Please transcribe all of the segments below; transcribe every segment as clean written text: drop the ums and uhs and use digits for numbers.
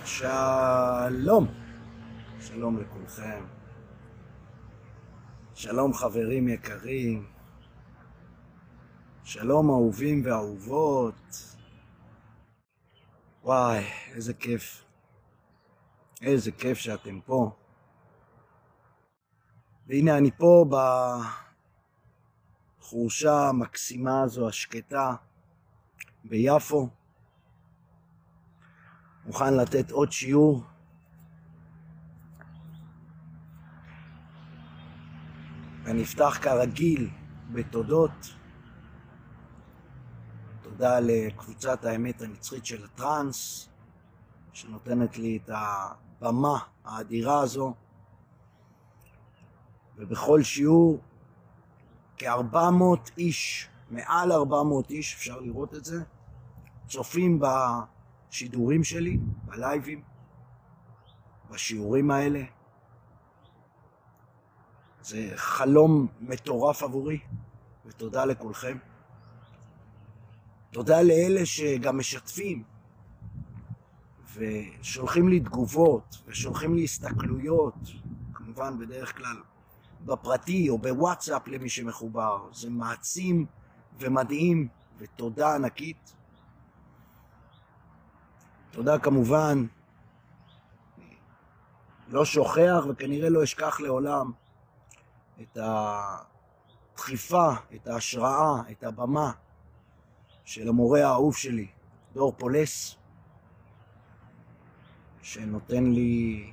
שלום, שלום לכולכם, שלום חברים יקרים, שלום אהובים ואהובות. וואי, איזה כיף, איזה כיף שאתם פה. והנה אני פה בחורשה המקסימה הזו, השקטה, ביפו, מוכן לתת עוד שיעור. אני אפתח כרגיל בתודות. תודה לקבוצת האמת הנצחית של הטרנס, שנותנת לי את הבמה האדירה הזו. ובכל שיעור כ-400 איש, מעל 400 איש, אפשר לראות את זה, צופים בשידורים שלי, בלייבים, בשיעורים האלה. זה חלום מטורף עבורי, ותודה לכולכם. תודה לאלה שגם משתפים, ושולחים לי תגובות, ושולחים לי הסתכלויות, כמובן בדרך כלל בפרטי או בוואטסאפ למי שמחובר. זה מעצים ומדהים, ותודה ענקית. תודה כמובן, לא שוכח וכנראה לא אשכח לעולם את הדחיפה, את ההשראה, את הבמה של המורה האהוב שלי, דור פולס, שנותן לי,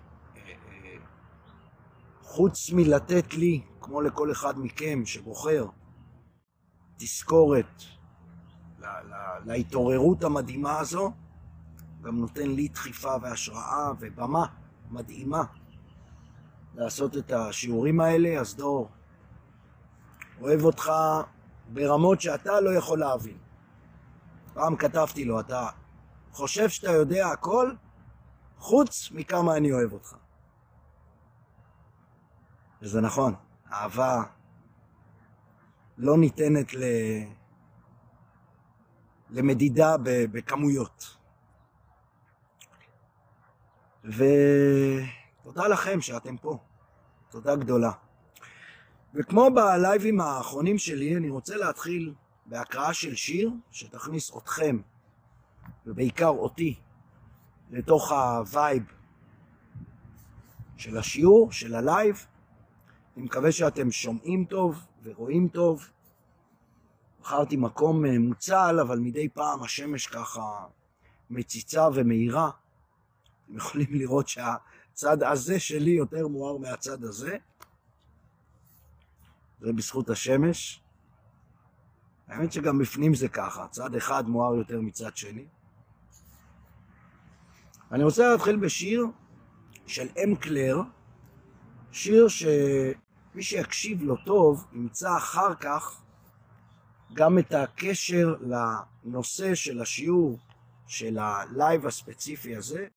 חוץ מלתת לי, כמו לכל אחד מכם שבוחר, תזכורת להתעוררות המדהימה הזו, גם נותן לי דחיפה והשראה ובמה מדהימה לעשות את השיעורים האלה. אז דור, אוהב אותך ברמות שאתה לא יכול להבין. פעם כתבתי לו, אתה חושב שאתה יודע הכל חוץ מכמה אני אוהב אותך. וזה נכון, אהבה לא ניתנת למדידה בכמויות. ותודה לכם שאתם פה, תודה גדולה. וכמו בלייבים האחרונים שלי, אני רוצה להתחיל בהקראה של שיר שתכניס אתכם, ובעיקר אותי, לתוך הווייב של השיעור, של הלייב. אני מקווה שאתם שומעים טוב ורואים טוב. בחרתי מקום מוצל, אבל מדי פעם השמש ככה מציצה ומאירה. אתם יכולים לראות שהצד הזה שלי יותר מואר מהצד הזה. זה בזכות השמש. האמת שגם בפנים זה ככה, צד אחד מואר יותר מצד שני. אני רוצה להתחיל בשיר של אם קלר, שיר שמי שיקשיב לו טוב ימצא אחר כך גם את הקשר לנושא של השיעור של הלייב הספציפי הזה.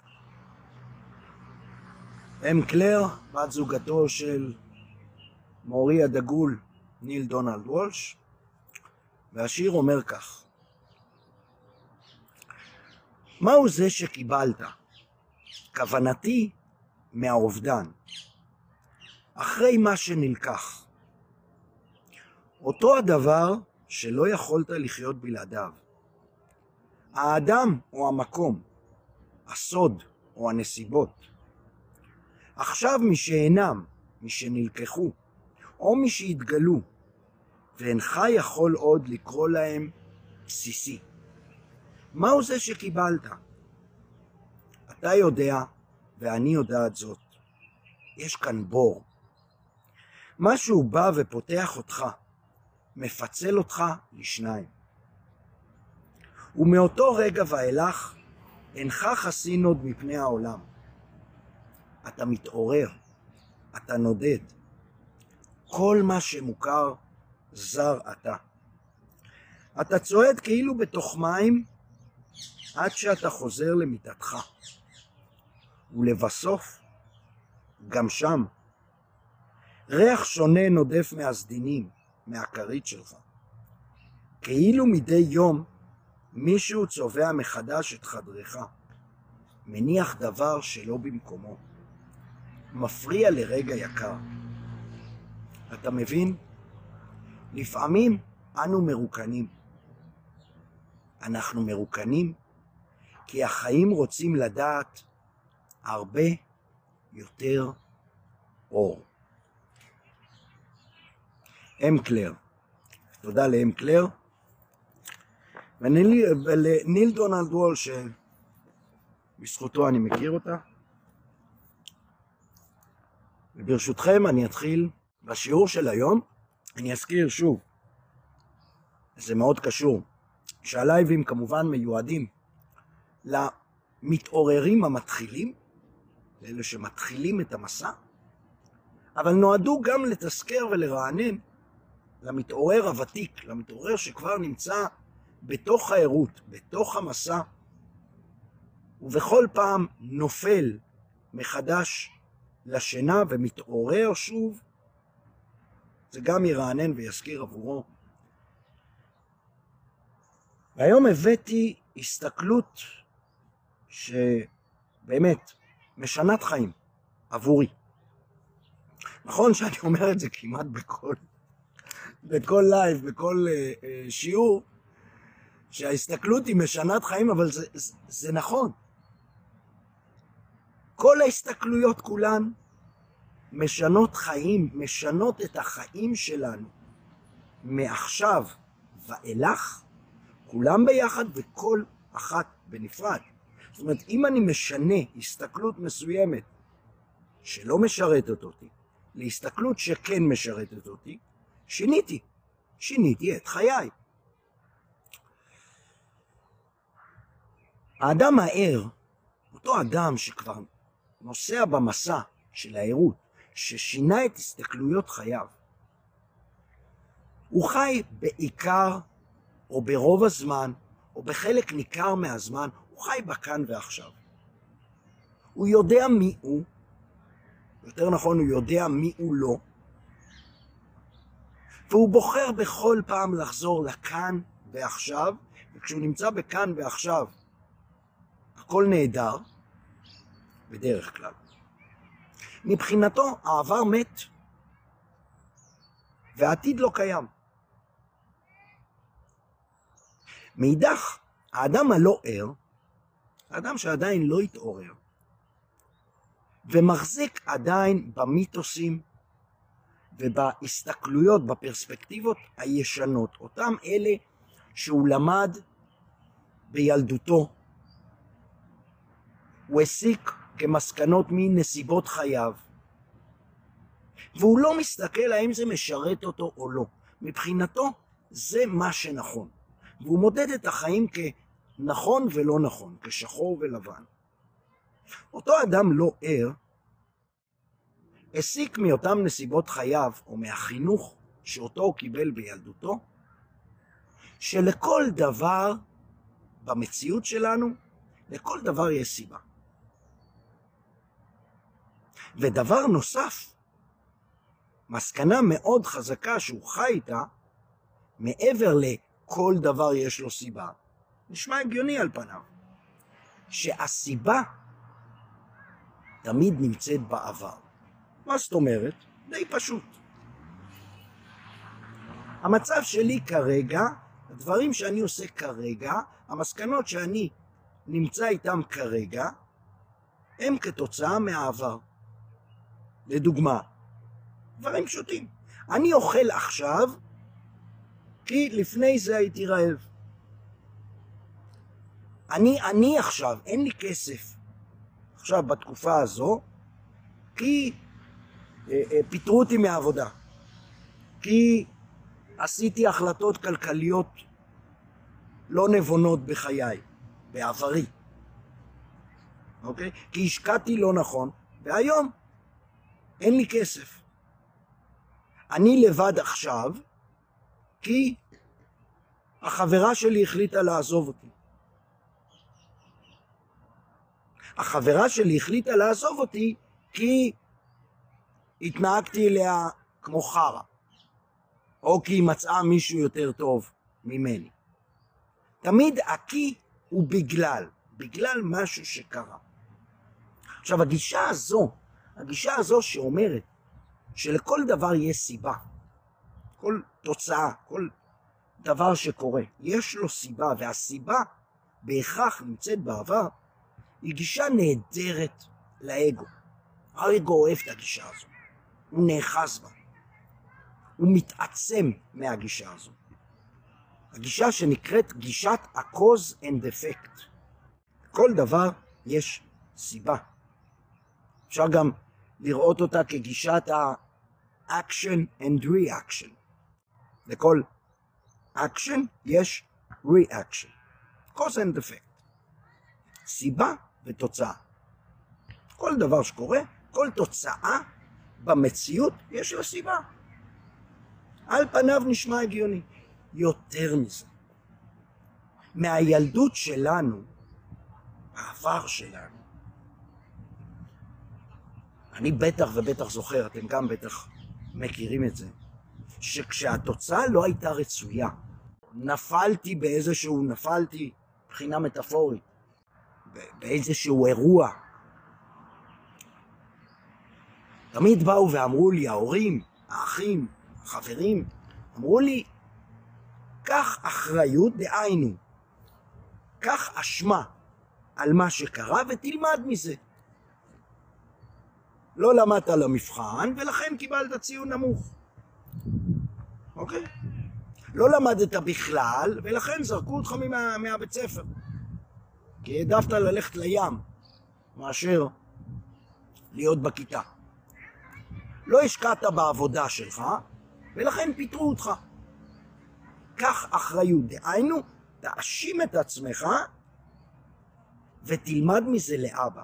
אם קלר, בת זוגתו של מורי הדגול ניל דונלד וולש, והשיר אומר כך: מהו זה שקיבלת? כוונתי מהאובדן, אחרי מה שנלקח. אותו הדבר שלא יכולת לחיות בלעדיו. האדם או המקום, הסוד או הנסיבות. עכשיו משאינם, משנלקחו, או משהתגלו, ואינך יכול עוד לקרוא להם בסיסי. מהו זה שקיבלת? אתה יודע, ואני יודעת זאת. יש כאן בור. משהו בא ופותח אותך, מפצל אותך לשניים. ומאותו רגע ואילך, אינך חסין עוד מפני העולם. אתה מתעורר, אתה נודד. כל מה שמוכר זר אתה. אתה צועד כאילו בתוך מים, עד שאתה חוזר למיטתך. ולבסוף, גם שם, ריח שונה נודף מהסדינים, מהכרית שלך. כאילו מדי יום מישהו צובע מחדש את חדרך, מניח דבר שלא במקומו, מפריע לרגע יקר. אתה מבין? לפעמים אנו מרוקנים. אנחנו מרוקנים כי החיים רוצים לדעת הרבה יותר אור. אם קלר. תודה לאם קלר. ולניל דונלד וול, שבזכותו אני מכיר אותה. וברשותכם אני אתחיל בשיעור של היום. אני אזכיר שוב, זה מאוד קשור, שהלייבים כמובן מיועדים למתעוררים המתחילים, לאלה שמתחילים את המסע, אבל נועדו גם לתזכר ולרענן למתעורר הוותיק, למתעורר שכבר נמצא בתוך העירות, בתוך המסע, ובכל פעם נופל מחדש לשינה ומתעורר שוב. זה גם ירענן ויזכיר עבורו. והיום הבאתי הסתכלות שבאמת משנת חיים עבורי. נכון שאני אומר את זה כמעט בכל לייב, בכל שיעור, שההסתכלות היא משנת חיים, אבל זה נכון. כל ההסתכלויות כולן משנות חיים, משנות את החיים שלנו מעכשיו ואילך, כולם ביחד וכל אחת בנפרד. זאת אומרת, אם אני משנה הסתכלות מסוימת שלא משרתת אותי, להסתכלות שכן משרתת אותי, שיניתי את חיי. האדם הער, אותו אדם שכבר נוסע במסע של העירות, ששינה את הסתכלויות חייו, הוא חי בעיקר, או ברוב הזמן, או בחלק ניכר מהזמן, הוא חי בכאן ועכשיו. הוא יודע מי הוא, יותר נכון הוא יודע מי הוא לא, והוא בוחר בכל פעם לחזור לכאן ועכשיו, וכשהוא נמצא בכאן ועכשיו, הכל נהדר, בדרך כלל. מבחינתו העבר מת, והעתיד לא קיים. מאידך, האדם הלא ער, האדם שעדיין לא התעורר, ומחזיק עדיין במיתוסים ובהסתכלויות, בפרספקטיבות הישנות, אותם אלה שהוא למד בילדותו, הוא הסיק כמסקנות מנסיבות חייו, והוא לא מסתכל האם זה משרת אותו או לא. מבחינתו זה מה שנכון, והוא מודד את החיים כנכון ולא נכון, כשחור ולבן. אותו אדם לא ער הסיק מאותם נסיבות חייו או מהחינוך שאותו הוא קיבל בילדותו, שלכל דבר במציאות שלנו, לכל דבר יש סיבה. ודבר נוסף, מסקנה מאוד חזקה שהוא חי איתה, מעבר לכל דבר יש לו סיבה, נשמע הגיוני על פניו, שהסיבה תמיד נמצאת בעבר. מה זאת אומרת? די פשוט. המצב שלי כרגע, הדברים שאני עושה כרגע, המסקנות שאני נמצא איתם כרגע, הם כתוצאה מהעבר. לדוגמה, דברים פשוטים. אני אוכל עכשיו, כי לפני זה הייתי רעב. אני עכשיו, אין לי כסף. עכשיו, בתקופה הזו, כי פיטרו אותי מהעבודה. כי עשיתי החלטות כלכליות לא נבונות בחיי, בעברי. אוקיי? כי השקעתי לא נכון, והיום אין לי כסף. אני לבד עכשיו, כי החברה שלי החליטה לעזוב אותי. החברה שלי החליטה לעזוב אותי כי התנהגתי אליה כמו חרה, או כי היא מצאה מישהו יותר טוב ממני. תמיד הכי הוא בגלל משהו שקרה. עכשיו, הגישה הזו שאומרת שלכל דבר יש סיבה, כל תוצאה, כל דבר שקורה, יש לו סיבה, והסיבה בהכרח נמצאת בעבר, היא גישה נהדרת לאגו. האגו אוהב את הגישה הזו, הוא נאחז בה, הוא מתעצם מהגישה הזו. הגישה שנקראת גישת ה-cause and effect. כל דבר יש סיבה. אפשר גם לראות אותה כגישת ה-action and reaction. לכל action יש reaction. cause and effect. סיבה ותוצאה. כל דבר שקורה, כל תוצאה במציאות יש לה סיבה. על פניו נשמע הגיוני. יותר מזה. מהילדות שלנו, העבר שלנו, אני בטח ובטח זוכר, אתם גם בטח מכירים את זה, שכשהתוצאה לא הייתה רצויה, נפלתי מבחינה מטאפורית, באיזשהו אירוע, תמיד באו ואמרו לי, ההורים, האחים, החברים, אמרו לי, קח אחריות, דהיינו, קח אשמה על מה שקרה ותלמד מזה. לא למדת למבחן ולכן קיבלת ציון נמוך. אוקיי? לא למדת בכלל ולכן זרקו אותך מהבית ספר. כי העדפת ללכת לים מאשר להיות בכיתה. לא השקעת בעבודה שלך ולכן פיטרו אותך. קח אחריות, דהיינו, תאשים את עצמך ותלמד מזה לאבא.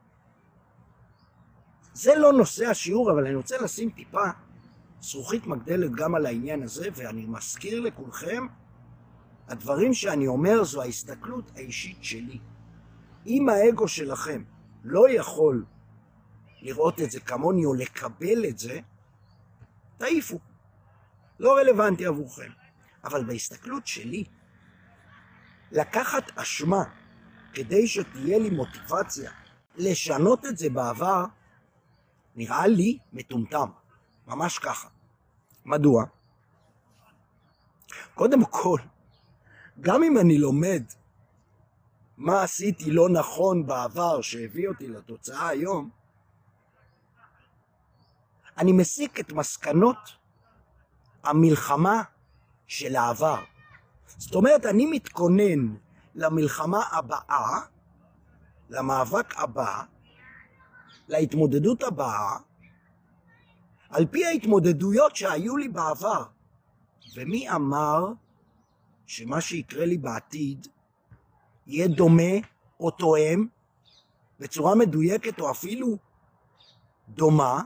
זה לא נושא השיעור, אבל אני רוצה לשים טיפה זכוכית מגדלת גם על העניין הזה, ואני מזכיר לכולכם, הדברים שאני אומר זו ההסתכלות האישית שלי. אם האגו שלכם לא יכול לראות את זה כמוני או לקבל את זה, תעיפו. לא רלוונטי עבורכם. אבל בהסתכלות שלי, לקחת אשמה כדי שתהיה לי מוטיבציה לשנות את זה בעבר, נראה לי מטומטם. ממש ככה. מדוע? קודם כל, גם אם אני לומד מה עשיתי לא נכון בעבר שהביא אותי לתוצאה היום, אני מסיק את מסקנות המלחמה של העבר. זאת אומרת, אני מתכונן למלחמה הבאה, למאבק הבא, להתמודדות הבאה, על פי ההתמודדויות שהיו לי בעבר. ומי אמר שמה שיקרה לי בעתיד יהיה דומה או תואם בצורה מדויקת או אפילו דומה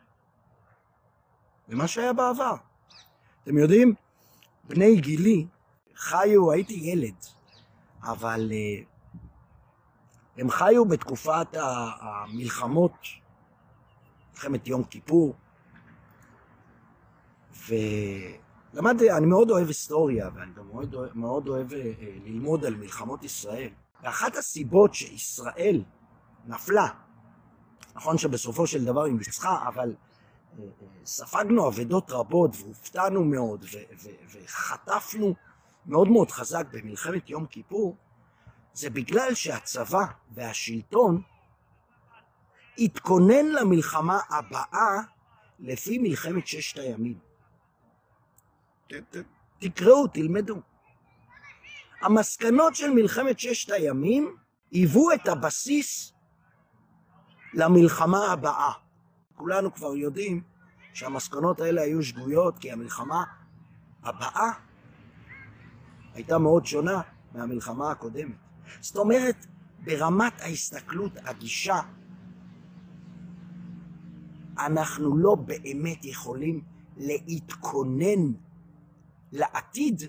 למה שהיה בעבר? אתם יודעים, בני גילי חיו, הייתי ילד, אבל הם חיו בתקופת המלחמות, מלחמת יום כיפור, ולמדתי, אני מאוד אוהב היסטוריה, ואני גם מאוד אוהב ללמוד על מלחמות ישראל. ואחת הסיבות שישראל נפלה, נכון שבסופו של דבר היא ניצחה, אבל ספגנו עבדות רבות והופתענו מאוד וחטפנו מאוד מאוד חזק במלחמת יום כיפור, זה בגלל שהצבא והשלטון התכונן למלחמה הבאה לפי מלחמת ששת הימים. תקראו, תלמדו. המסקנות של מלחמת ששת הימים היוו את הבסיס למלחמה הבאה. כולנו כבר יודעים שהמסקנות האלה היו שגויות, כי המלחמה הבאה הייתה מאוד שונה מהמלחמה הקודמת. זאת אומרת, ברמת ההסתכלות, הגישה, אנחנו לא באמת יכולים להתכונן לעתיד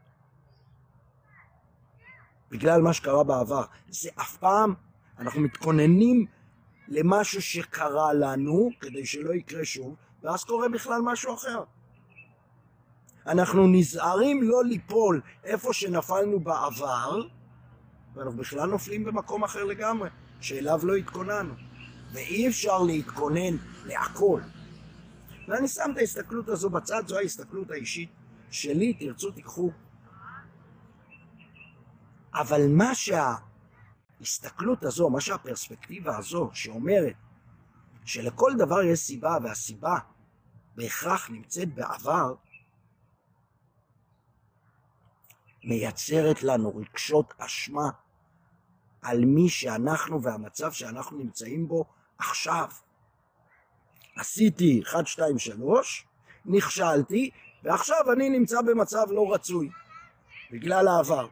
בגלל מה שקרה בעבר. זה אף פעם, אנחנו מתכוננים למשהו שקרה לנו כדי שלא יקרה שוב, ואז קורה בכלל משהו אחר. אנחנו נזהרים לא ליפול איפה שנפלנו בעבר, ואנחנו בכלל נופלים במקום אחר לגמרי, שאליו לא התכוננו. ואי אפשר להתכונן להכל. ואני שם את ההסתכלות הזו בצד, זו ההסתכלות האישית שלי, תרצו תיקחו. אבל מה שההסתכלות הזו, מה שהפרספקטיבה הזו שאומרת שלכל דבר יש סיבה, והסיבה בהכרח נמצאת בעבר, מייצרת לנו רגשות אשמה על מי שאנחנו והמצב שאנחנו נמצאים בו עכשיו. עשיתי 1, 2, 3, נכשלתי, ועכשיו אני נמצא במצב לא רצוי, בגלל העבר.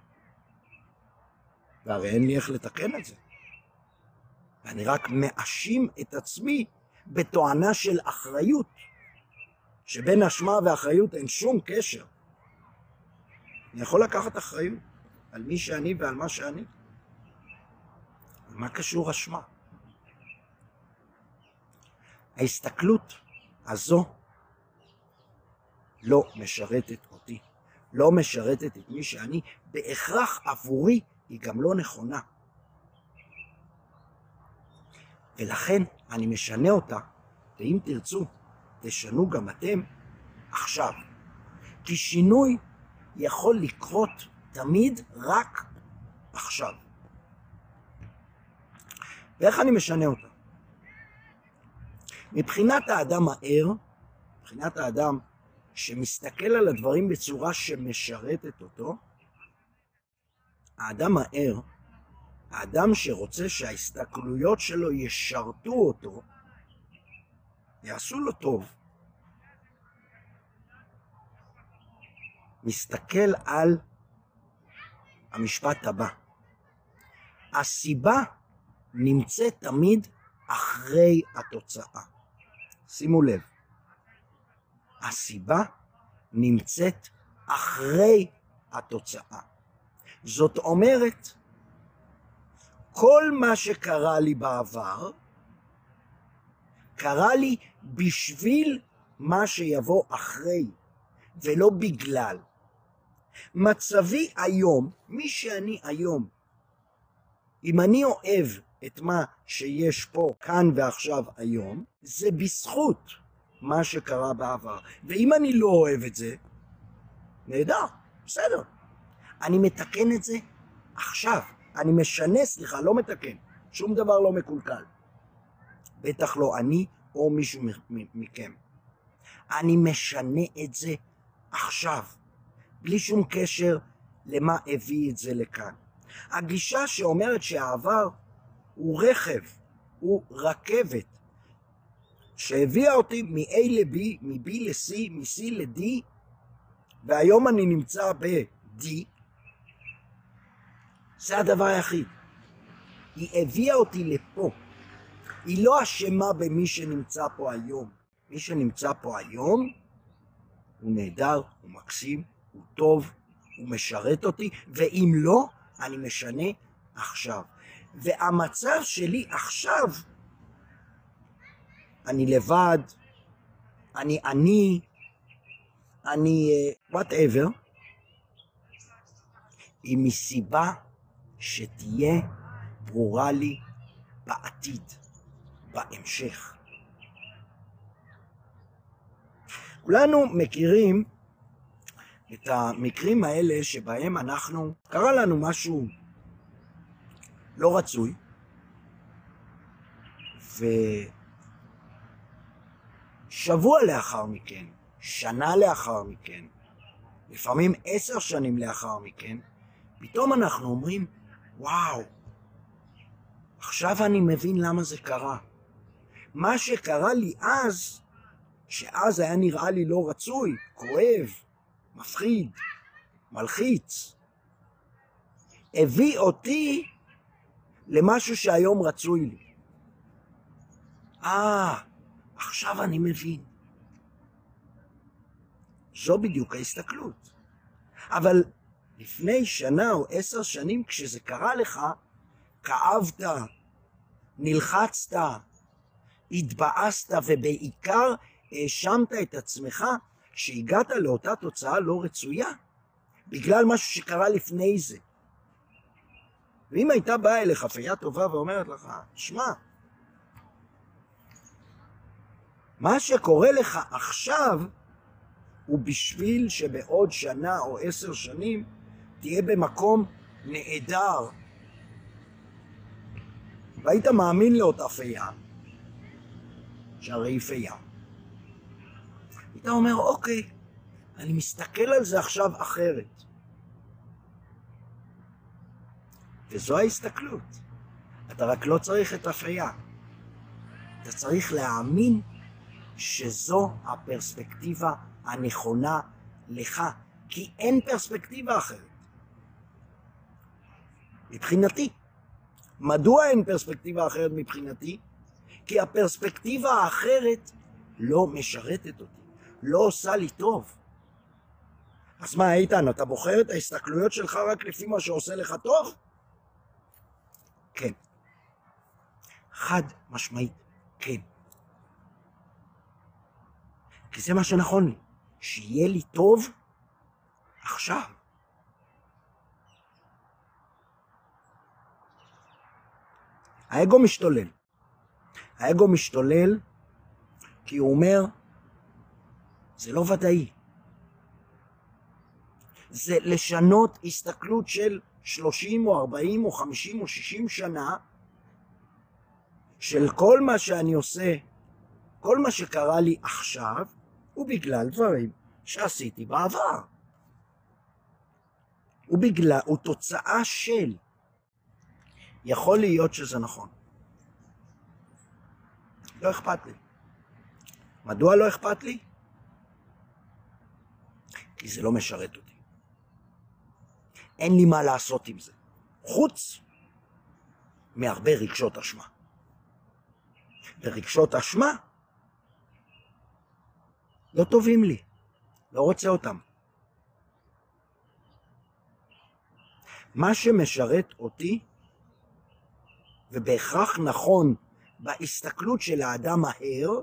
והרי אין לי איך לתקן את זה. אני רק מאשים את עצמי בתואנה של אחריות, שבין אשמה ואחריות אין שום קשר. אני יכול לקחת אחריות על מי שאני ועל מה שאני. מה קשור אשמה? ההסתכלות הזו לא משרתת אותי, לא משרתת את מי שאני, בהכרח עבורי היא גם לא נכונה. ולכן אני משנה אותה, ואם תרצו, תשנו גם אתם עכשיו. כי שינוי יכול לקרות תמיד רק עכשיו. ואיך אני משנה אותה? מבחינת האדם הער, מבחינת האדם שמסתכל על הדברים בצורה שמשרתת אותו, האדם הער, האדם שרוצה שההסתכלויות שלו ישרתו אותו, יעשו לו טוב, מסתכל על המשפט הבא. הסיבה נמצאת תמיד אחרי התוצאה. שימו לב, הסיבה נמצאת אחרי התוצאה. זאת אומרת, כל מה שקרה לי בעבר, קרה לי בשביל מה שיבוא אחרי, ולא בגלל. מצבי היום, מי שאני היום, אם אני אוהב את מה שיש פה, כאן ועכשיו היום, זה בזכות מה שקרה בעבר. ואם אני לא אוהב את זה, נהדר, בסדר. אני מתקן את זה עכשיו. אני משנה, סליחה, לא מתקן. שום דבר לא מקולקל. בטח לא אני או מישהו מכם. אני משנה את זה עכשיו. בלי שום קשר למה הביא את זה לכאן. הגישה שאומרת שהעבר הוא רכב, הוא רכבת, שהביאה אותי מ-A ל-B, מ-B ל-C, מ-C ל-D, והיום אני נמצא ב-D, זה הדבר היחיד. היא הביאה אותי לפה. היא לא אשמה במי שנמצא פה היום. מי שנמצא פה היום הוא נהדר, הוא מקסים, הוא טוב, הוא משרת אותי, ואם לא, אני משנה עכשיו. והמצב שלי עכשיו, אני לבד, אני whatever, היא מסיבה שתהיה ברורה לי בעתיד, בהמשך. כולנו מכירים את המקרים האלה שבהם קרה לנו משהו לא רצוי, ושבוע לאחר מכן, שנה לאחר מכן, לפעמים 10 שנים לאחר מכן, פתאום אנחנו אומרים, וואו, עכשיו אני מבין למה זה קרה. מה שקרה לי אז, שאז היה נראה לי לא רצוי, כואב, מפחיד, מלחיץ, הביא אותי למשהו שהיום רצוי לי. עכשיו אני מבין. זו בדיוק ההסתכלות. אבל לפני שנה או 10 שנים, כשזה קרה לך, כאבת, נלחצת, התבאסת, ובעיקר האשמת את עצמך שהגעת לאותה תוצאה לא רצויה, בגלל משהו שקרה לפני זה. ואם הייתה באה אליך חיה טובה ואומרת לך, שמע, מה שקורה לך עכשיו הוא בשביל שבעוד שנה או 10 שנים תהיה במקום נהדר. והיית מאמין לאותה פייה, שהרי היא פייה. היית אומר, אוקיי, אני מסתכל על זה עכשיו אחרת. וזו ההסתכלות. אתה רק לא צריך את הפייה. אתה צריך להאמין שזו הפרספקטיבה הנכונה לך, כי אין פרספקטיבה אחרת. מבחינתי. מדוע אין פרספקטיבה אחרת מבחינתי? כי הפרספקטיבה האחרת לא משרתת אותי, לא עושה לי טוב. אז מה, איתן, אתה בוחר את ההסתכלויות שלך רק לפי מה שעושה לך טוב? כן. חד משמעית, כן. כי זה מה שנכון לי, שיהיה לי טוב עכשיו. האגו משתולל. האגו משתולל כי הוא אומר, זה לא ודאי. זה לשנות הסתכלות של 30 או 40 או 50 או 60 שנה של כל מה שאני עושה, כל מה שקרה לי עכשיו, הוא בגלל דברים שעשיתי בעבר. הוא תוצאה של. יכול להיות שזה נכון. לא אכפת לי. מדוע לא אכפת לי? כי זה לא משרת אותי. אין לי מה לעשות עם זה. חוץ מהרבה רגשות אשמה. ורגשות אשמה לא טובים לי. לא רוצה אותם. מה שמשרת אותי, ובהכרח נכון בהסתכלות של האדם ההר,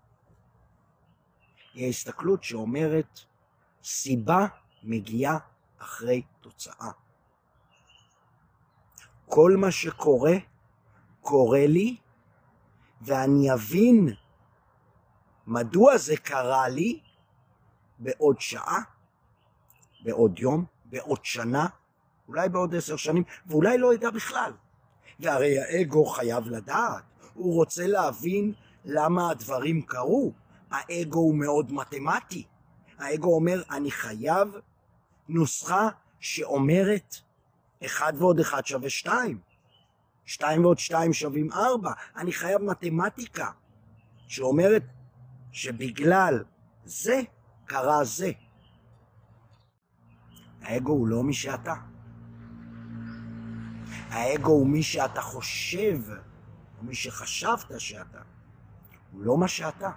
היא ההסתכלות שאומרת, סיבה מגיעה אחרי תוצאה. כל מה שקורה, קורה לי, ואני אבין מדוע זה קרה לי בעוד שעה, בעוד יום, בעוד שנה, אולי בעוד 10 שנים, ואולי לא ידע בכלל. והרי האגו חייב לדעת, הוא רוצה להבין למה הדברים קרו. האגו הוא מאוד מתמטי. האגו אומר, אני חייב נוסחה שאומרת 1 ועוד 1 שווה 2. 2 ועוד 2 שווים 4. אני חייב מתמטיקה שאומרת שבגלל זה קרה זה. האגו הוא לא מי שאתה. האגו הוא מי שאתה חושב, או מי שחשבת שאתה. הוא לא מה שאתה.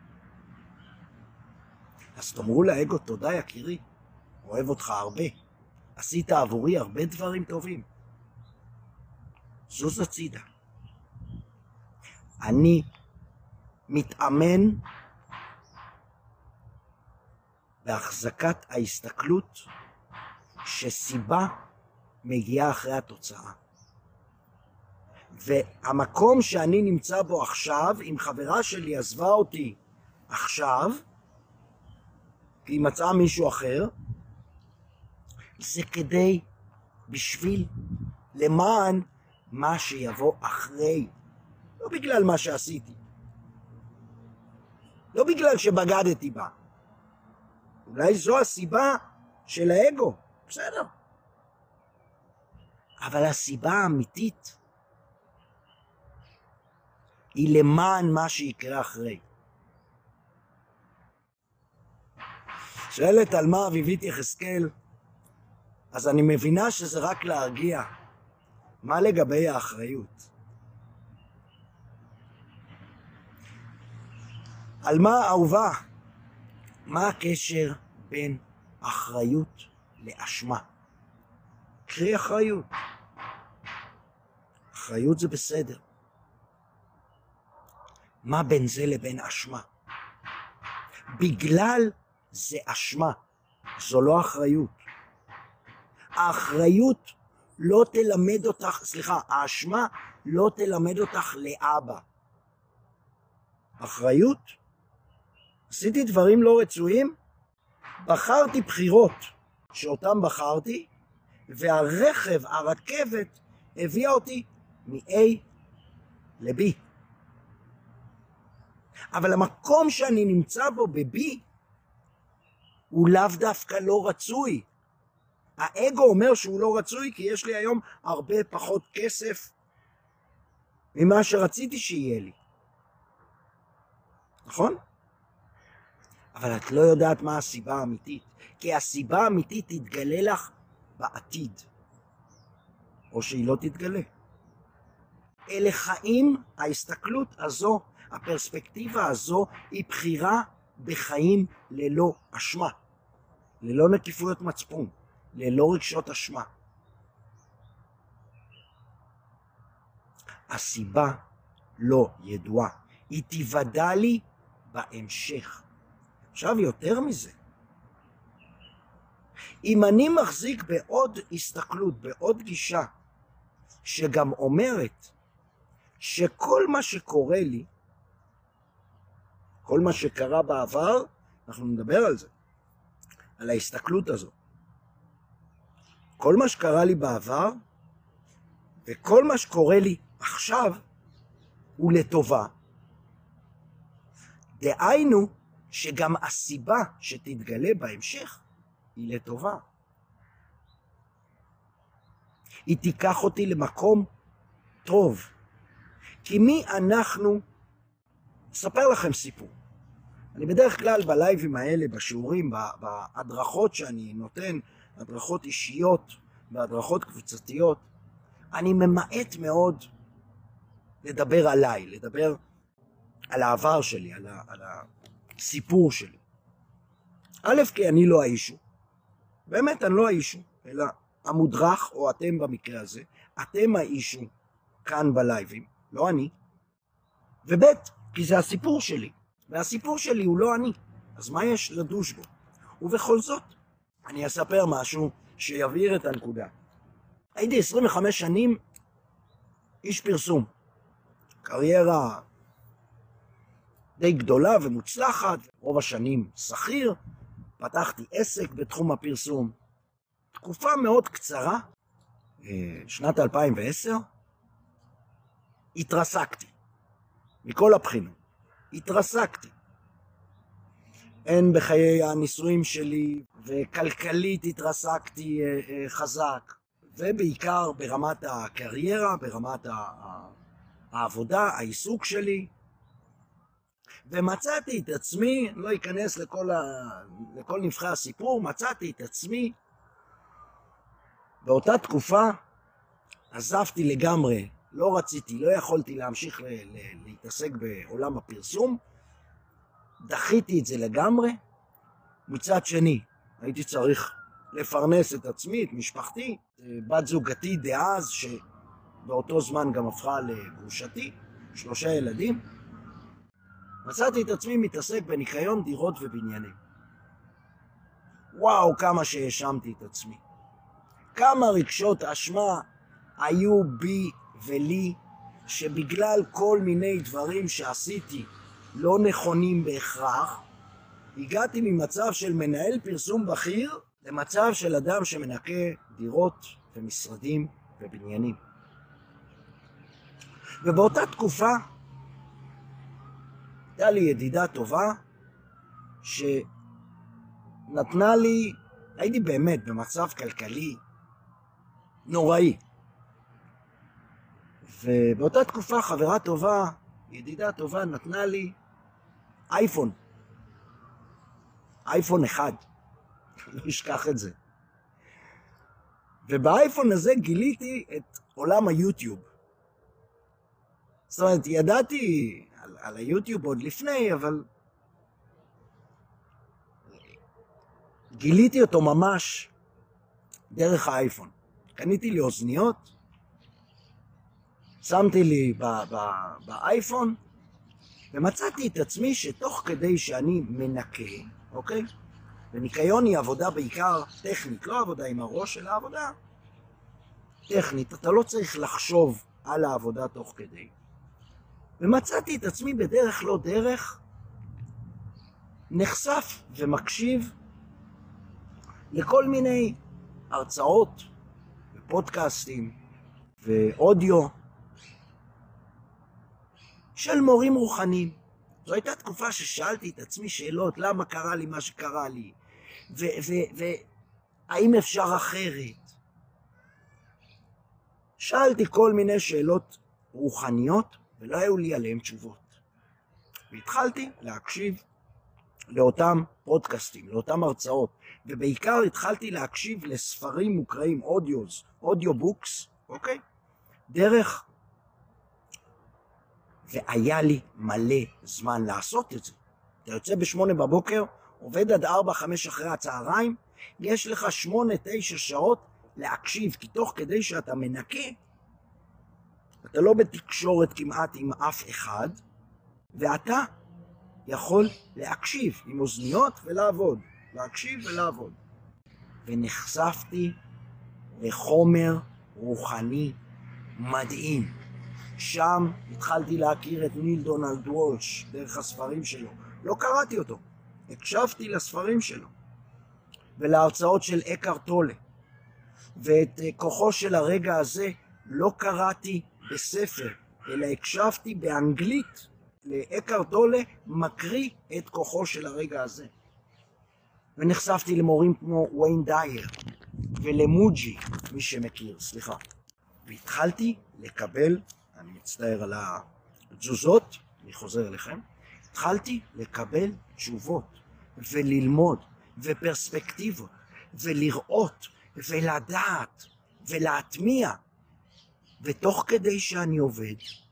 אז תאמרו לאגו, תודה יקירי, אוהב אותך הרבה. עשית עבורי הרבה דברים טובים. זוז הצידה. אני מתאמן בהחזקת ההסתכלות שסיבה מגיעה אחרי התוצאה. והמקום שאני נמצא בו עכשיו, אם חברה שלי עזבה אותי עכשיו, כי היא מצאה מישהו אחר, זה כדי, בשביל, למען מה שיבוא אחרי. לא בגלל מה שעשיתי. לא בגלל שבגדתי בה. אולי זו הסיבה של האגו. בסדר. אבל הסיבה האמיתית היא למען מה שיקרה אחרי. שואלת על מה אביבית יחזקאל, אז אני מבינה שזה רק להרגיע. מה לגבי האחריות? על מה אהובה? מה הקשר בין אחריות לאשמה? קרי אחריות. אחריות זה בסדר. מה בין זה לבין אשמה? בגלל זה אשמה. זו לא אחריות. האחריות לא תלמד אותך, האשמה לא תלמד אותך לאבא. אחריות עשיתי דברים לא רצויים, בחרתי בחירות שאותם בחרתי, והרכב, הרכבת, הביאה אותי מ-A ל-B. אבל המקום שאני נמצא בו ב-B, הוא לאו דווקא לא רצוי. האגו אומר שהוא לא רצוי, כי יש לי היום הרבה פחות כסף ממה שרציתי שיהיה לי. נכון? אבל את לא יודעת מה הסיבה האמיתית, כי הסיבה האמיתית תתגלה לך בעתיד, או שהיא לא תתגלה. אלה חיים, ההסתכלות הזו, הפרספקטיבה הזו, היא בחירה בחיים ללא אשמה, ללא נקיפויות מצפון, ללא רגשות אשמה. הסיבה לא ידועה, היא תיוודע לי בהמשך. עכשיו יותר מזה, אם אני מחזיק בעוד הסתכלות, בעוד גישה, שגם אומרת שכל מה שקורה לי, כל מה שקרה בעבר, אנחנו נדבר על זה, על ההסתכלות הזו. כל מה שקרה לי בעבר, וכל מה שקורה לי עכשיו, הוא לטובה. דהיינו, שגם הסיבה שתתגלה בהמשך, היא לטובה. היא תיקח אותי למקום טוב. כי מי אנחנו? אספר לכם סיפור. אני בדרך כלל בלייבים האלה, בשיעורים, בהדרכות שאני נותן, הדרכות אישיות והדרכות קבוצתיות, אני ממעט מאוד לדבר עליי, לדבר על העבר שלי, על הסיפור שלי. א', כי אני לא האישו. באמת, אני לא האישו, אלא המודרך, או אתם במקרה הזה, אתם האישו כאן בלייבים, לא אני. וב', כי זה הסיפור שלי, והסיפור שלי הוא לא אני, אז מה יש לדוש בו? ובכל זאת, אני אספר משהו שיבהיר את הנקודה. הייתי 25 שנים איש פרסום, קריירה די גדולה ומוצלחת, רוב השנים שכיר, פתחתי עסק בתחום הפרסום. תקופה מאוד קצרה, שנת 2010, התרסקתי. מכל הבחינות. התרסקתי. הן בחיי הנישואים שלי, וכלכלית התרסקתי חזק, ובעיקר ברמת הקריירה, ברמת העבודה, העיסוק שלי. ומצאתי את עצמי, לא אכנס לכל נבחי הסיפור, מצאתי את עצמי, באותה תקופה עזבתי לגמרי, לא רציתי, לא יכולתי להמשיך להתעסק בעולם הפרסום, דחיתי את זה לגמרי. מצד שני, הייתי צריך לפרנס את עצמי, את משפחתי, בת זוגתי דאז, שבאותו זמן גם הפכה לגרושתי, 3 ילדים. מצאתי את עצמי מתעסק בניקיון דירות ובניינים. וואו, כמה שהאשמתי את עצמי. כמה רגשות אשמה היו בי ולי, שבגלל כל מיני דברים שעשיתי לא נכונים בהכרח, הגעתי ממצב של מנהל פרסום בכיר למצב של אדם שמנקה דירות ומשרדים ובניינים. ובאותה תקופה הייתה לי ידידה טובה שנתנה לי, הייתי באמת במצב כלכלי נוראי. ובאותה תקופה חברה טובה, ידידה טובה, נתנה לי אייפון. אייפון 1. לא אשכח את זה. ובאייפון הזה גיליתי את עולם היוטיוב. זאת אומרת, ידעתי על היוטיוב עוד לפני, אבל גיליתי אותו ממש דרך האייפון. קניתי לי אוזניות, שמתי לי באייפון, ומצאתי את עצמי שתוך כדי שאני מנקה, אוקיי? וניקיון היא עבודה בעיקר טכנית, לא עבודה עם הראש, אלא עבודה טכנית. אתה לא צריך לחשוב על העבודה תוך כדי. ומצאתי את עצמי בדרך לא דרך, נחשף ומקשיב לכל מיני הרצאות ופודקאסטים ואודיו של מורים רוחניים. זו הייתה תקופה ששאלתי את עצמי שאלות, למה קרה לי מה שקרה לי, והאם אפשר אחרת. שאלתי כל מיני שאלות רוחניות, ולא היו לי עליהן תשובות. והתחלתי להקשיב לאותם פודקאסטים, לאותם הרצאות, ובעיקר התחלתי להקשיב לספרים מוקראים, אודיובוקס, אוקיי? דרך, והיה לי מלא זמן לעשות את זה. אתה יוצא ב8 בבוקר, עובד עד 4-5 אחרי הצהריים, יש לך 8-9 שעות להקשיב, כי תוך כדי שאתה מנקה, אתה לא בתקשורת כמעט עם אף אחד, ואתה יכול להקשיב עם אוזניות ולעבוד, להקשיב ולעבוד. ונחשפתי לחומר רוחני מדהים. שם התחלתי להכיר את ניל דונלד וולש דרך הספרים שלו. לא קראתי אותו, הקשבתי לספרים שלו ולהרצאות של אקהרט טולה. ואת כוחו של הרגע הזה לא קראתי בספר, אלא הקשבתי באנגלית לאקהרט טולה מקריא את כוחו של הרגע הזה. ונחשפתי למורים כמו ויין דייר ולמוג'י, מי שמכיר, סליחה. והתחלתי לקבל, אני מצטער על התזוזות, אני חוזר אליכם, התחלתי לקבל תשובות וללמוד ופרספקטיבות ולראות ולדעת ולהטמיע. ותוך כדי שאני עובד,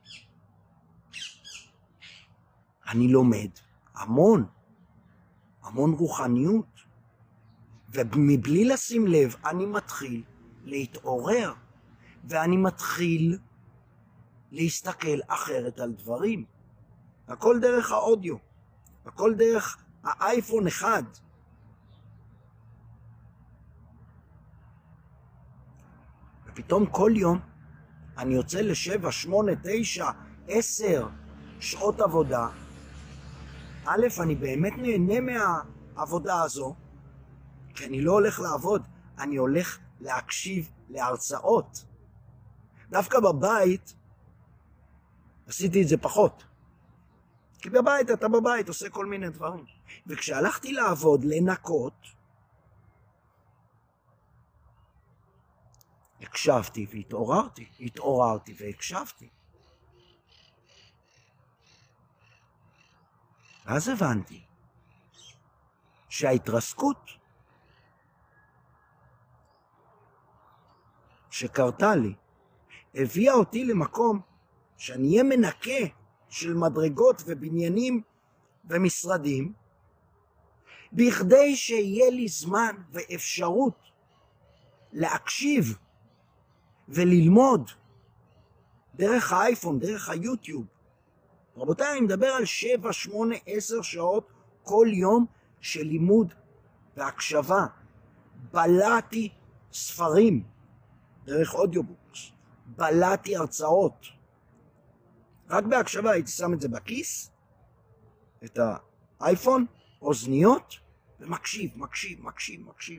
אני לומד המון רוחניות, ומבלי לשים לב אני מתחיל להתעורר, ואני מתחיל להסתכל אחרת על דברים. הכל דרך האודיו, הכל דרך האייפון 1. ופתאום כל יום אני יוצא ל7, 8, 9, 10 שעות עבודה. א', אני באמת נהנה מהעבודה הזו, כי אני לא הולך לעבוד, אני הולך להקשיב להרצאות. דווקא בבית עשיתי את זה פחות. כי בבית, אתה בבית עושה כל מיני דברים. וכשהלכתי לעבוד, לנקות, הקשבתי והתעוררתי והקשבתי. ואז הבנתי שההתרסקות שקרתה לי הביאה אותי למקום שאני אהיה מנקה של מדרגות ובניינים ומשרדים, בכדי שיהיה לי זמן ואפשרות להקשיב וללמוד דרך האייפון, דרך היוטיוב. רבותיי, אני מדבר על 7, 8, 10 שעות כל יום של לימוד והקשבה. בלעתי ספרים דרך אודיובוקס, בלעתי הרצאות. רק בהקשבה הייתי שם את זה בכיס, את האייפון, אוזניות, ומקשיב.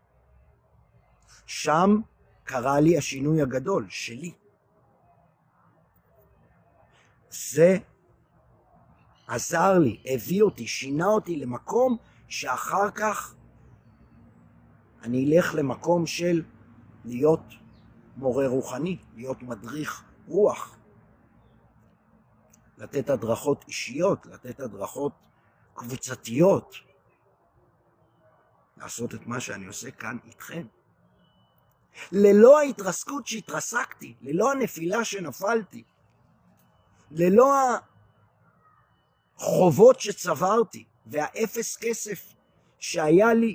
שם קרה לי השינוי הגדול שלי. זה עזר לי, הביא אותי, שינה אותי למקום שאחר כך אני אלך למקום של להיות מורה רוחני, להיות מדריך רוח. לתת הדרכות אישיות, לתת הדרכות קבוצתיות. לעשות את מה שאני עושה כאן איתכם. ללא ההתרסקות שהתרסקתי, ללא הנפילה שנפלתי, ללא החובות שצברתי והאפס כסף שהיה לי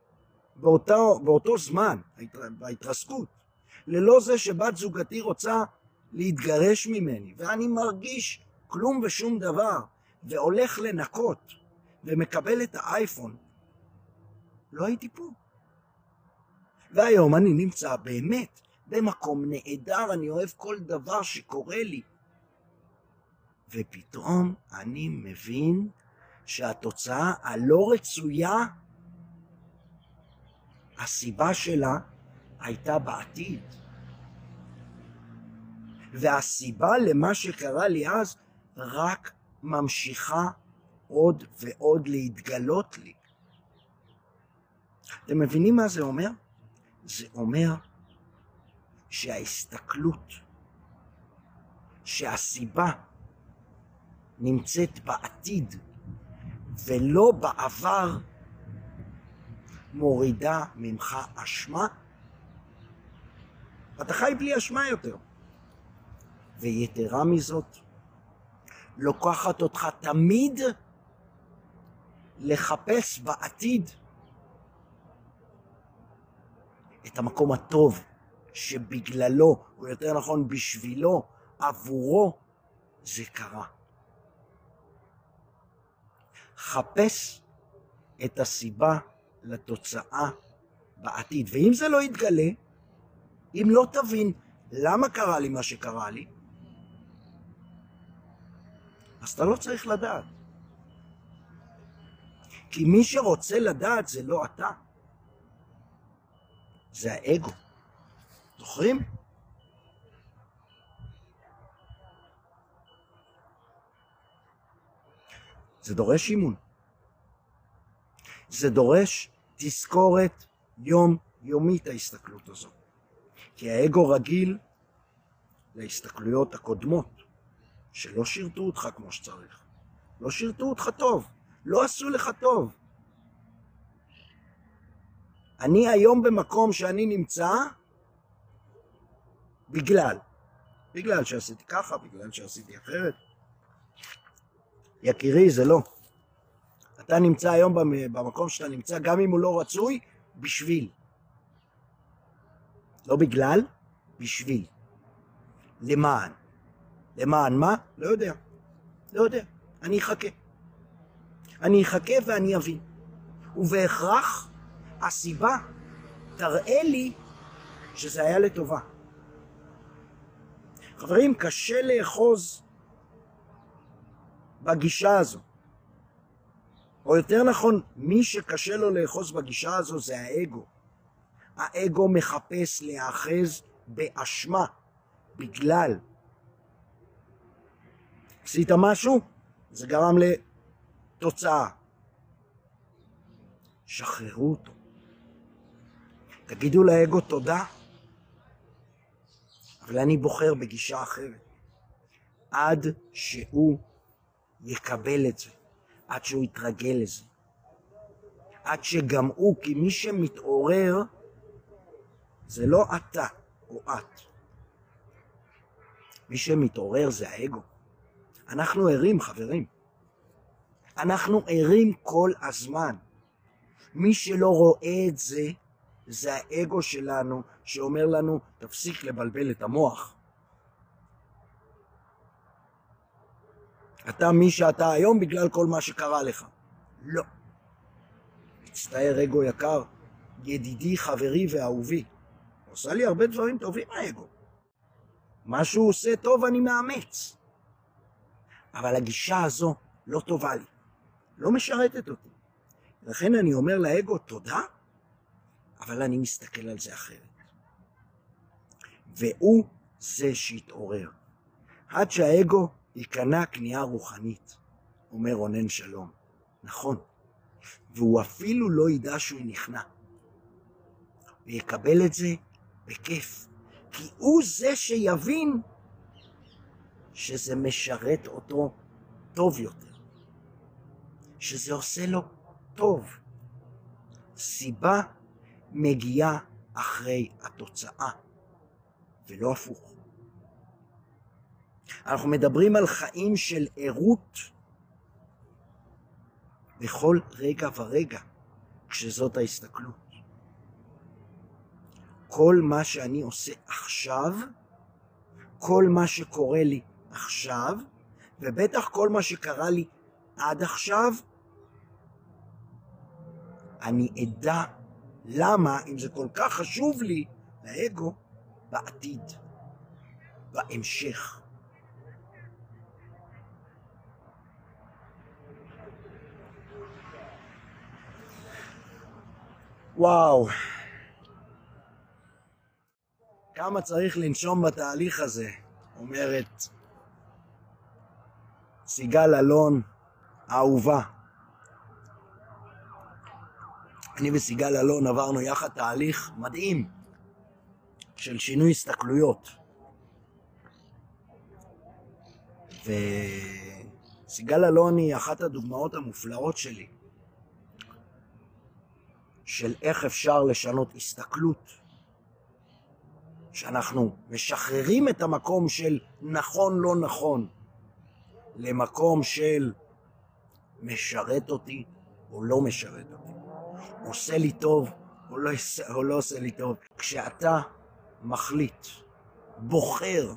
באותו זמן, בהתרסקות, ללא זה שבת זוגתי רוצה להתגרש ממני, ואני מרגיש כלום ושום דבר, והולך לנקות, ומקבל את האייפון, לא הייתי פה. והיום אני נמצא באמת במקום נהדר, אני אוהב כל דבר שקורה לי. ופתאום אני מבין שהתוצאה הלא רצויה, הסיבה שלה הייתה בעתיד. והסיבה למה שקרה לי אז רק ממשיכה עוד ועוד להתגלות לי. אתם מבינים מה זה אומר? זה אומר שההסתכלות, שהסיבה נמצאת בעתיד ולא בעבר, מורידה ממך אשמה. אתה חי בלי אשמה יותר. ויתרה מזאת, לוקחת אותך תמיד לחפש בעתיד את המקום הטוב שבגללו, או יותר נכון בשבילו, עבורו, זה קרה. חפש את הסיבה לתוצאה בעתיד. ואם זה לא יתגלה, אם לא תבין למה קרה לי מה שקרה לי, אז אתה לא צריך לדעת. כי מי שרוצה לדעת זה לא אתה. זה האגו. זוכרים? זה דורש אימון. זה דורש תזכורת יומית ההסתכלות הזו. כי האגו רגיל להסתכלויות הקודמות, שלא שירתו אותך כמו שצריך. לא שירתו אותך טוב. לא עשו לך טוב. אני היום במקום שאני נמצא בגלל שעשיתי ככה, בגלל שעשיתי אחרת. יקירי, זה לא. אתה נמצא היום במקום שאתה נמצא, גם אם הוא לא רצוי, בשביל. לא בגלל, בשביל. למען. למען מה? לא יודע. לא יודע. אני אחכה ואני אבין. ובהכרח הסיבה תראה לי שזה היה לטובה. חברים, קשה לאחוז בגישה הזו. או יותר נכון, מי שקשה לו לאחוז בגישה הזו זה האגו. האגו מחפש להאחז באשמה, בגלל. עשית משהו? זה גרם לתוצאה. שחררו אותו. תגידו לאגו תודה, אבל אני בוחר בגישה אחרת. עד שהוא יקבל את זה. עד שהוא יתרגל לזה. עד שגם הוא, כי מי שמתעורר, זה לא אתה או את. מי שמתעורר זה האגו. אנחנו ערים, חברים. אנחנו ערים כל הזמן. מי שלא רואה את זה, זה האגו שלנו, שאומר לנו, תפסיק לבלבל את המוח. אתה מי שאתה היום בגלל כל מה שקרה לך. לא. מצטער אגו יקר, ידידי, חברי ואהובי. עושה לי הרבה דברים טובים האגו. מה שהוא עושה טוב אני מאמץ. אבל הגישה הזו לא טובה לי. לא משרתת אותי. לכן אני אומר לאגו תודה, אבל אני מסתכל על זה אחרת. והוא זה שהתעורר. עד שהאגו ייכנע כניעה רוחנית, אומר רונן שלום. נכון. והוא אפילו לא ידע שהוא נכנע. ויקבל את זה בכיף. כי הוא זה שיבין שזה משרת אותו טוב יותר. שזה עושה לו טוב. סיבה מגיעה אחרי התוצאה, ולא הפוך. אנחנו מדברים על חיים של ערות בכל רגע ורגע, כשזאת ההסתכלות. כל מה שאני עושה עכשיו, כל מה שקורה לי עכשיו, ובטח כל מה שקרה לי עד עכשיו, אני אדע למה, אם זה כל כך חשוב לי, לאגו, בעתיד, בהמשך. וואו. כמה צריך לנשום בתהליך הזה, אומרת סיגל אלון האהובה. אני וסיגל אלון עברנו יחד תהליך מדהים של שינוי הסתכלויות. וסיגל אלון היא אחת הדוגמאות המופלאות שלי של איך אפשר לשנות הסתכלות. שאנחנו משחררים את המקום של נכון לא נכון למקום של משרת אותי או לא משרת אותי, עושה לי טוב או לא עושה לי טוב. כשאתה מחליט, בוחר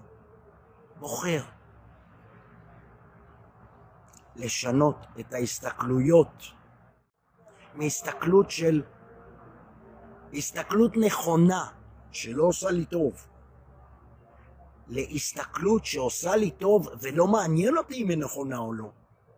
לשנות את ההסתכלויות מהסתכלות של הסתכלות נכונה שלא עושה לי טוב להסתכלות שעושה לי טוב ולא מעניין אותי אם היא נכונה או לא,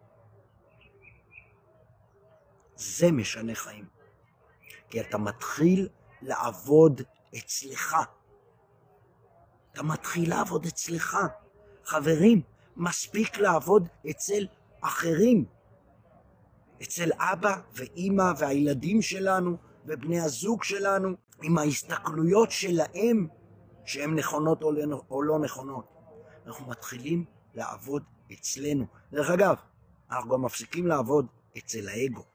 זה משנה חיים. כי אתה מתחיל לעבוד אצלך. אתה מתחיל לעבוד אצלך. חברים, מספיק לעבוד אצל אחרים. אצל אבא ואמא והילדים שלנו ובני הזוג שלנו, עם ההסתכלויות שלהם, שהן נכונות או לא נכונות. אנחנו מתחילים לעבוד אצלנו. דרך אגב, אנחנו גם מפסיקים לעבוד אצל האגו,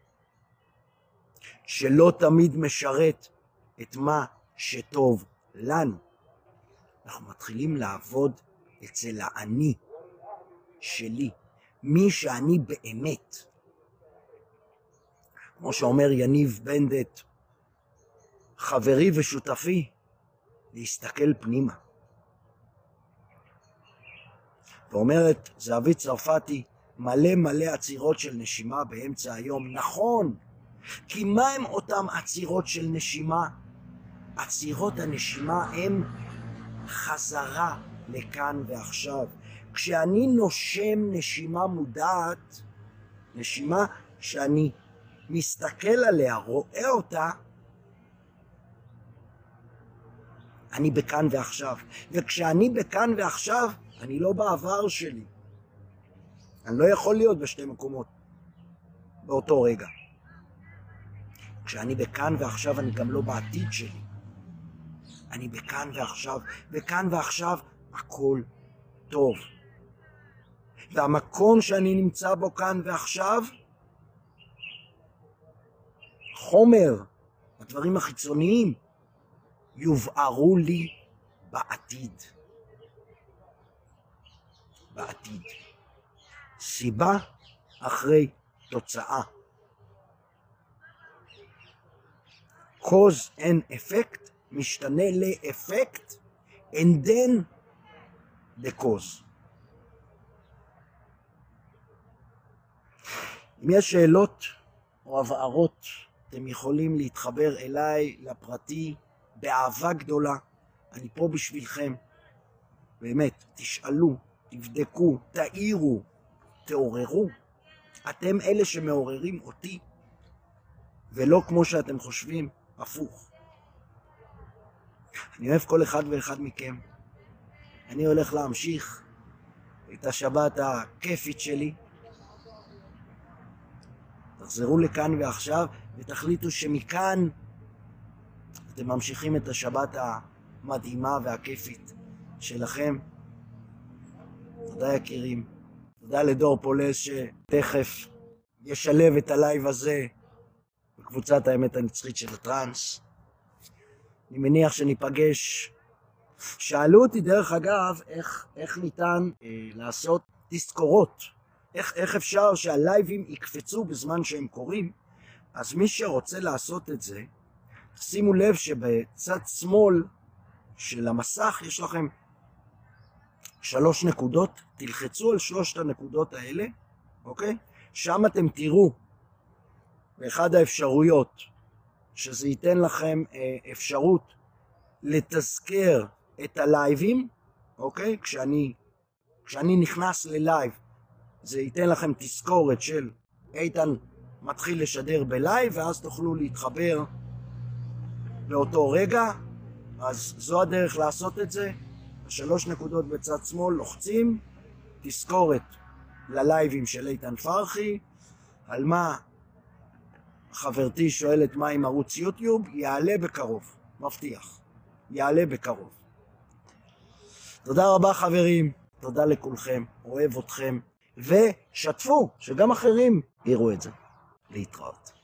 שלא תמיד משרת את מה שטוב לנו. אנחנו מתחילים לעבוד אצל האני שלי, מי שאני באמת. כמו שאומר יניב בנדט, חברי ושותפי, להסתכל פנימה. ואומרת זהבית צרפתי, מלא עצירות של נשימה באמצע היום. נכון, כי מה הם אותם עצירות של נשימה? עצירות הנשימה הם חזרה לכאן ועכשיו. כשאני נושם נשימה מודעת, נשימה שאני מסתכל עליה, רואה אותה, אני בכאן ועכשיו. וכשאני בכאן ועכשיו, אני לא בעבר שלי. אני לא יכול להיות בשתי מקומות באותו רגע. כשאני בכאן ועכשיו, אני גם לא בעתיד שלי. אני בכאן ועכשיו, וכאן ועכשיו הכל טוב. והמקום שאני נמצא בו כאן ועכשיו, חומר, הדברים החיצוניים, יובערו לי בעתיד. בעתיד. סיבה אחרי תוצאה. cause and effect משתנה לאפקט and then the cause. אם יש שאלות או הבהרות, אתם יכולים להתחבר אליי לפרטי באהבה גדולה. אני פה בשבילכם. באמת, תשאלו, תבדקו, תאירו, תעוררו. אתם אלה שמעוררים אותי, ולא כמו שאתם חושבים, הפוך. אני אוהב כל אחד ואחד מכם. אני הולך להמשיך את השבת הכיפית שלי. תחזרו לכאן ועכשיו ותחליטו שמכאן אתם ממשיכים את השבת המדהימה והכיפית שלכם. תודה יקירים. תודה לדור פולס שתכף ישלב את הלייב הזה בקבוצת האמת הנצחית של הטרנס. אני מניח שניפגש. שאלו אותי דרך אגב איך ניתן לעשות תזכורות. איך אפשר שהלייבים יקפצו בזמן שהם קוראים. אז מי שרוצה לעשות את זה, שימו לב שבצד שמאל של המסך יש לכם 3 נקודות. תלחצו על 3 הנקודות האלה, אוקיי? שם אתם תראו באחד האפשרויות שזה ייתן לכם אפשרות לתזכר את הלייבים, אוקיי? כשאני נכנס ללייב, זה ייתן לכם תזכורת של איתן מתחיל לשדר בלייב, ואז תוכלו להתחבר באותו רגע, אז זו הדרך לעשות את זה. 3 נקודות בצד שמאל, לוחצים, תזכורת ללייבים של איתן פרחי, על מה חברתי שואלת מה עם ערוץ יוטיוב, יעלה בקרוב, מבטיח, יעלה בקרוב. תודה רבה חברים, תודה לכולכם, אוהב אתכם, ושתפו, שגם אחרים יראו את זה. להתראות.